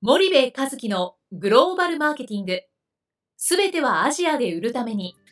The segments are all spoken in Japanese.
森部一樹のグローバルマーケティング。すべてはアジアで売るために。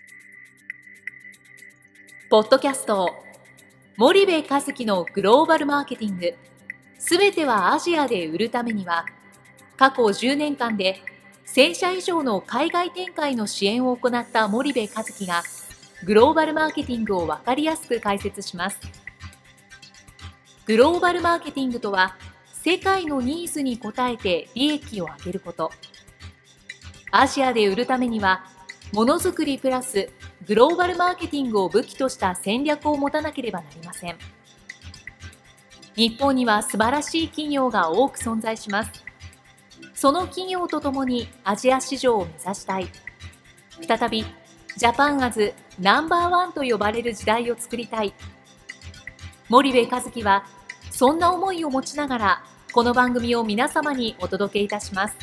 ポッドキャスト森部一樹のグローバルマーケティング。すべてはアジアで売るためには、過去10年間で1000社以上の海外展開の支援を行った森部一樹が、グローバルマーケティングを分かりやすく解説します。グローバルマーケティングとは、世界のニーズに応えて利益を上げること。アジアで売るためには、ものづくりプラスグローバルマーケティングを武器とした戦略を持たなければなりません。日本には素晴らしい企業が多く存在します。その企業とともにアジア市場を目指したい。再び、ジャパンアズナンバーワンと呼ばれる時代を作りたい。森部一樹は、そんな思いを持ちながら、この番組を皆様にお届けいたします。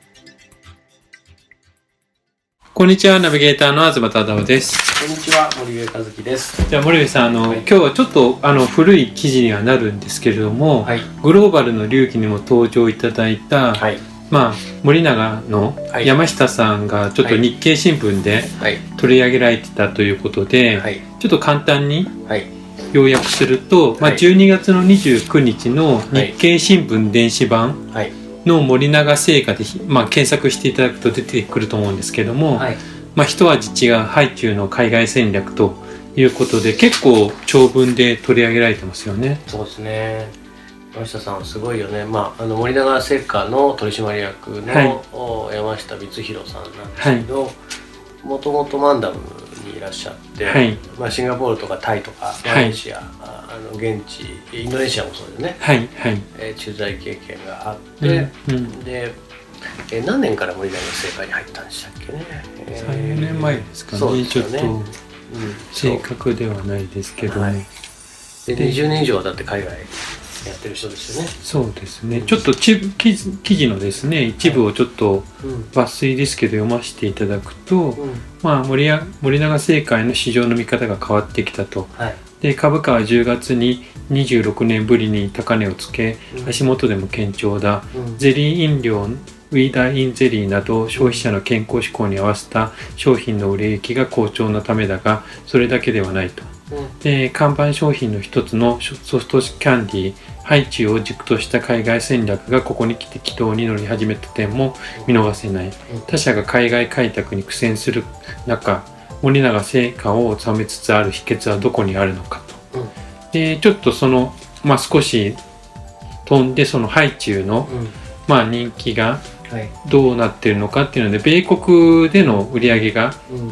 こんにちは、ナビゲーターの東忠夫です。 こんにちは、森部一樹です。 じゃあ森部さん、今日はちょっと古い記事にはなるんですけれども、 はい、 グローバルの流儀にも登場いただいた、 はい、 森永の山下さんがちょっと日経新聞で取り上げられてたということで、 はい、 ちょっと簡単に、 はい、 要約すると、12月の29日の日経新聞電子版の森永製菓で、検索していただくと出てくると思うんですけども、一味違うハイチュウの海外戦略ということで、結構長文で取り上げられてますよね。 そうですね。山下さんすごいよね。森永製菓の取締役の、山下光弘さんなんですけど、もともとマンダムにいらっしゃって、シンガポールとかタイとかマレーシア、現地インドネシアもそうですね、駐在経験があって、で何年から森永製菓に入ったんでしたっけね。 3年前ですかね。ちょっと正確ではないですけどね。 で20年以上はだって海外やってる人ですよね。 そうですね。ちょっと記事のですね、一部をちょっと抜粋ですけど読ませていただくと、森永製菓への市場の見方が変わってきたと。で株価は10月に26年ぶりに高値をつけ、足元でも堅調だ。ゼリー飲料ウィーダーインゼリーなど消費者の健康志向に合わせた商品の売れ行きが好調なためだが、それだけではないと。で看板商品の一つのソフトキャンディーハイチュウを軸とした海外戦略がここに来て軌道に乗り始めた点も見逃せない。他社が海外開拓に苦戦する中、森永製菓を収めつつある秘訣はどこにあるのかと。でちょっとその、少し飛んで、そのハイチュウの、人気がどうなっているのかっていうので、米国での売り上げが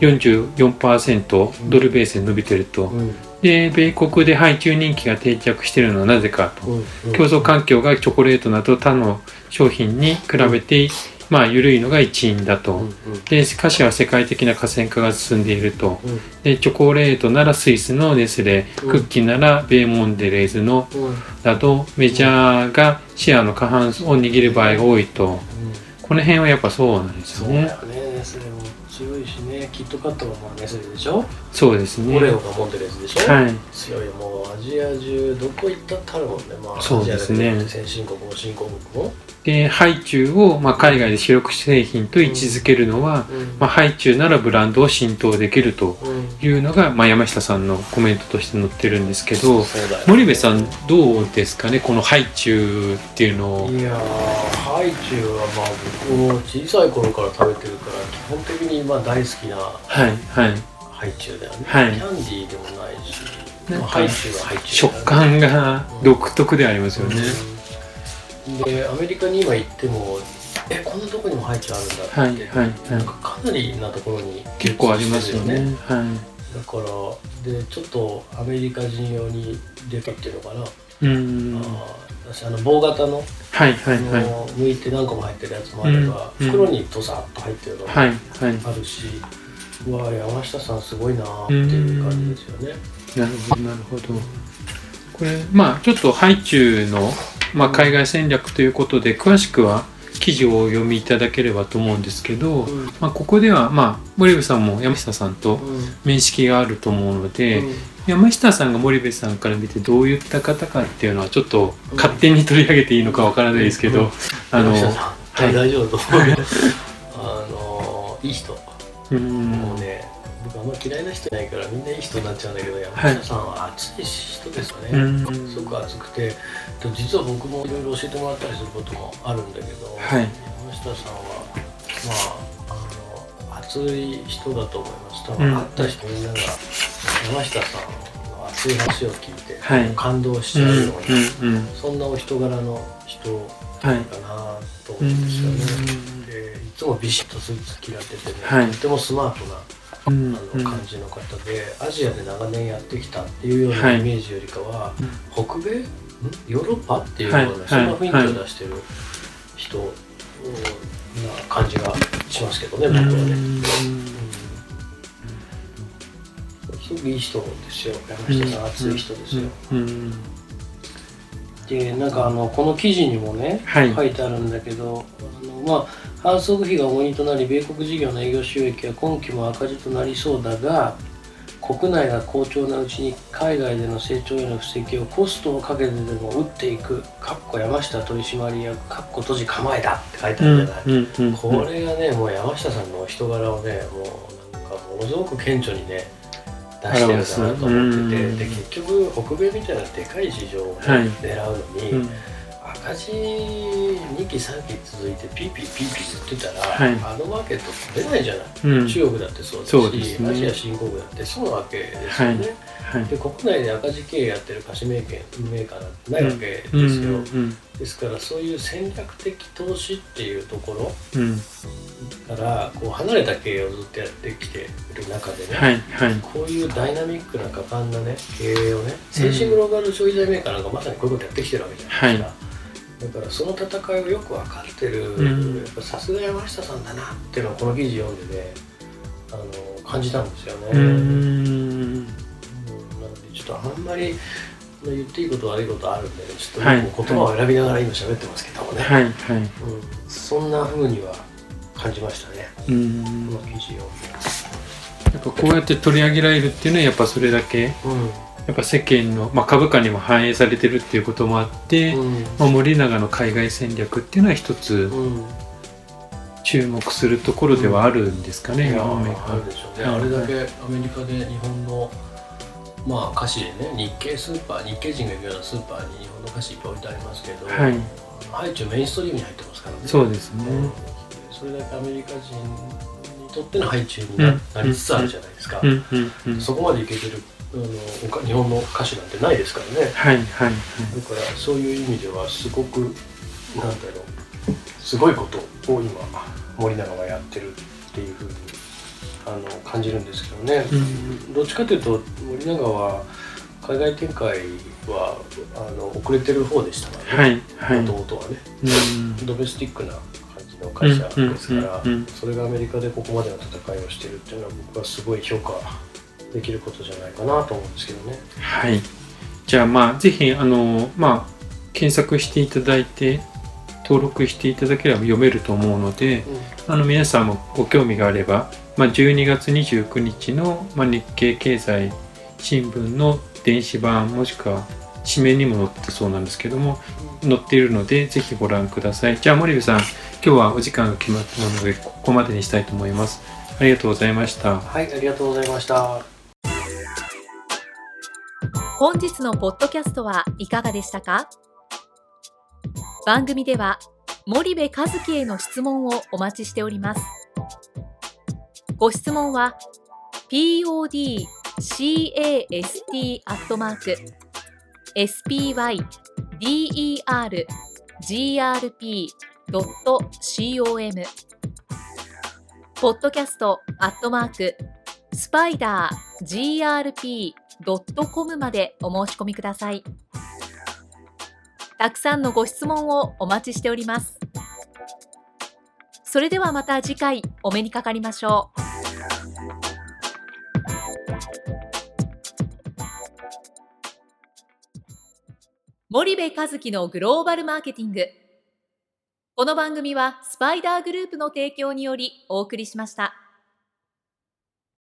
44% ドルベースで伸びてると。で米国でハイチュウ人気が定着しているのはなぜかと。競争環境がチョコレートなど他の商品に比べて緩いのが一因だと。で菓子は世界的な河川化が進んでいると。でチョコレートならスイスのネスレ、クッキーならベーモンデレーズのなどメジャーがシェアの過半数を握る場合が多いと。この辺はやっぱそうなんですよね。 そうだよね。ネスレも強いしね。キットカットがネスレでしょ。 そうですね。 オレオがモンデレーズでしょ。強いよ。もうアジア中どこ行ったってあるもんね。 そうですね。 先進国も新興国も。 でハイチュウを、海外で主力製品と位置づけるのは、ハイチュウならブランドを浸透できるというのが、山下さんのコメントとして載ってるんですけど、森部さんどうですかね、このハイチュウっていうのを。 いやハイチュウは僕も小さい頃から食べてるから、基本的に大好きなハイチュウだよね。キャンディーでもないし、ハイチュウはハイチュウだよね。 食感が独特でありますよね。 でアメリカに今行ってもこんなとこにもハイチュウあるんだって、かなりなところに結構ありますよね。 だからでちょっとアメリカ人用に出たっていうのかな。私棒型の剥いて何個も入ってるやつもあれば、袋にドサッと入ってるのもあるし、山下さんすごいなっていう感じですよね。 なるほどなるほど。これちょっとハイチュウの海外戦略ということで、詳しくは記事をお読みいただければと思うんですけど、ここでは森部さんも山下さんと面識があると思うので、山下さんが森部さんから見てどういった方かっていうのはちょっと勝手に取り上げていいのかわからないですけど、 多分大丈夫だと思うけど、いい人、もうね、僕あんま嫌いな人いないからみんないい人になっちゃうんだけど、山下さんは熱い人ですよね。すごく熱くて、実は僕もいろいろ教えてもらったりすることもあるんだけど、山下さんは熱い人だと思います。多分会った人みんなが山下さんの熱い話を聞いて、感動しちゃうような、そんなお人柄の人かなと思うんですよね。でいつもビシッとスーツ着られててね、とてもスマートな感じの方で、アジアで長年やってきたっていうようなイメージよりかは、北米、ヨーロッパっていうような、そんな雰囲気を出してる人な感じがしますけどね、僕はね。すごくいい人ですよ、山下さん。熱い人ですよ。でなんかこの記事にもね、書いてあるんだけど、販促費が重荷となり、米国事業の営業収益は今期も赤字となりそうだが、国内が好調なうちに海外での成長への布石をコストをかけてでも打っていく山下取締役閉じ構えだって書いてあるじゃない。これがね、もう山下さんのお人柄をね、もうなんかものすごく顕著にね出してるかなと思ってて、で結局北米みたいなでかい市場を、狙うのに、赤字2期3期続いてピーピー言ってたら、あのマーケット取れないじゃない。中国だってそうだし、アジア新興国だってそうなわけですよね。で国内で赤字経営やってる菓子メーカーなんてないわけですよ。ですからそういう戦略的投資っていうところからこう離れた経営をずっとやってきている中でね、こういうダイナミックな果敢なね経営をね、先進グローバル消費財メーカーなんかまさにこういうことやってきてるわけじゃないですか。だからその戦いをよく分かってる、やっぱさすが山下さんだなっていうのをこの記事読んでね、感じたんですよね。なのでちょっとあんまり言っていいこと悪いことあるんで、ね、ちょっと言葉を選びながら今喋ってますけどもね、そんな風には感じましたね、この記事を。 やっぱこうやって取り上げられるっていうのはやっぱそれだけ、やっぱ世間の、株価にも反映されてるっていうこともあって、森永の海外戦略っていうのは一つ注目するところではあるんですかね。 あるでしょうね。あれだけアメリカで日本の菓子でね、日系人が行くようなスーパーに日本の菓子いっぱい置いてありますけど、ハイチュウメインストリームに入ってますからね。 そうですね。 それだけアメリカ人にとってのハイチュウになりつつあるじゃないですか。そこまでいけてる日本の歌手なんてないですからね。だからそういう意味ではすごくすごいことを今森永がやってるっていうふうに感じるんですけどね。どっちかというと森永は海外展開は遅れてる方でしたからね。もともとはね、ドメスティックな感じの会社ですから、それがアメリカでここまでの戦いをしてるっていうのは僕はすごい評価できることじゃないかなと思うんですけどね。 じゃあぜひ検索していただいて登録していただければ読めると思うので、皆さんもご興味があれば、12月29日の、日経経済新聞の電子版もしくは紙面にも載ってそうなんですけども、載っているのでぜひご覧ください。じゃあ森部さん、今日はお時間が決まったのでここまでにしたいと思います。ありがとうございました。 はい、ありがとうございました。 本日のポッドキャストはいかがでしたか？番組では森部一樹への質問をお待ちしております。ご質問は podcast@spydergrp.com podcast@spidergrp.com までお申し込みください。たくさんのご質問をお待ちしております。それではまた次回お目にかかりましょう。森部一樹のグローバルマーケティング。この番組はスパイダーグループの提供によりお送りしました。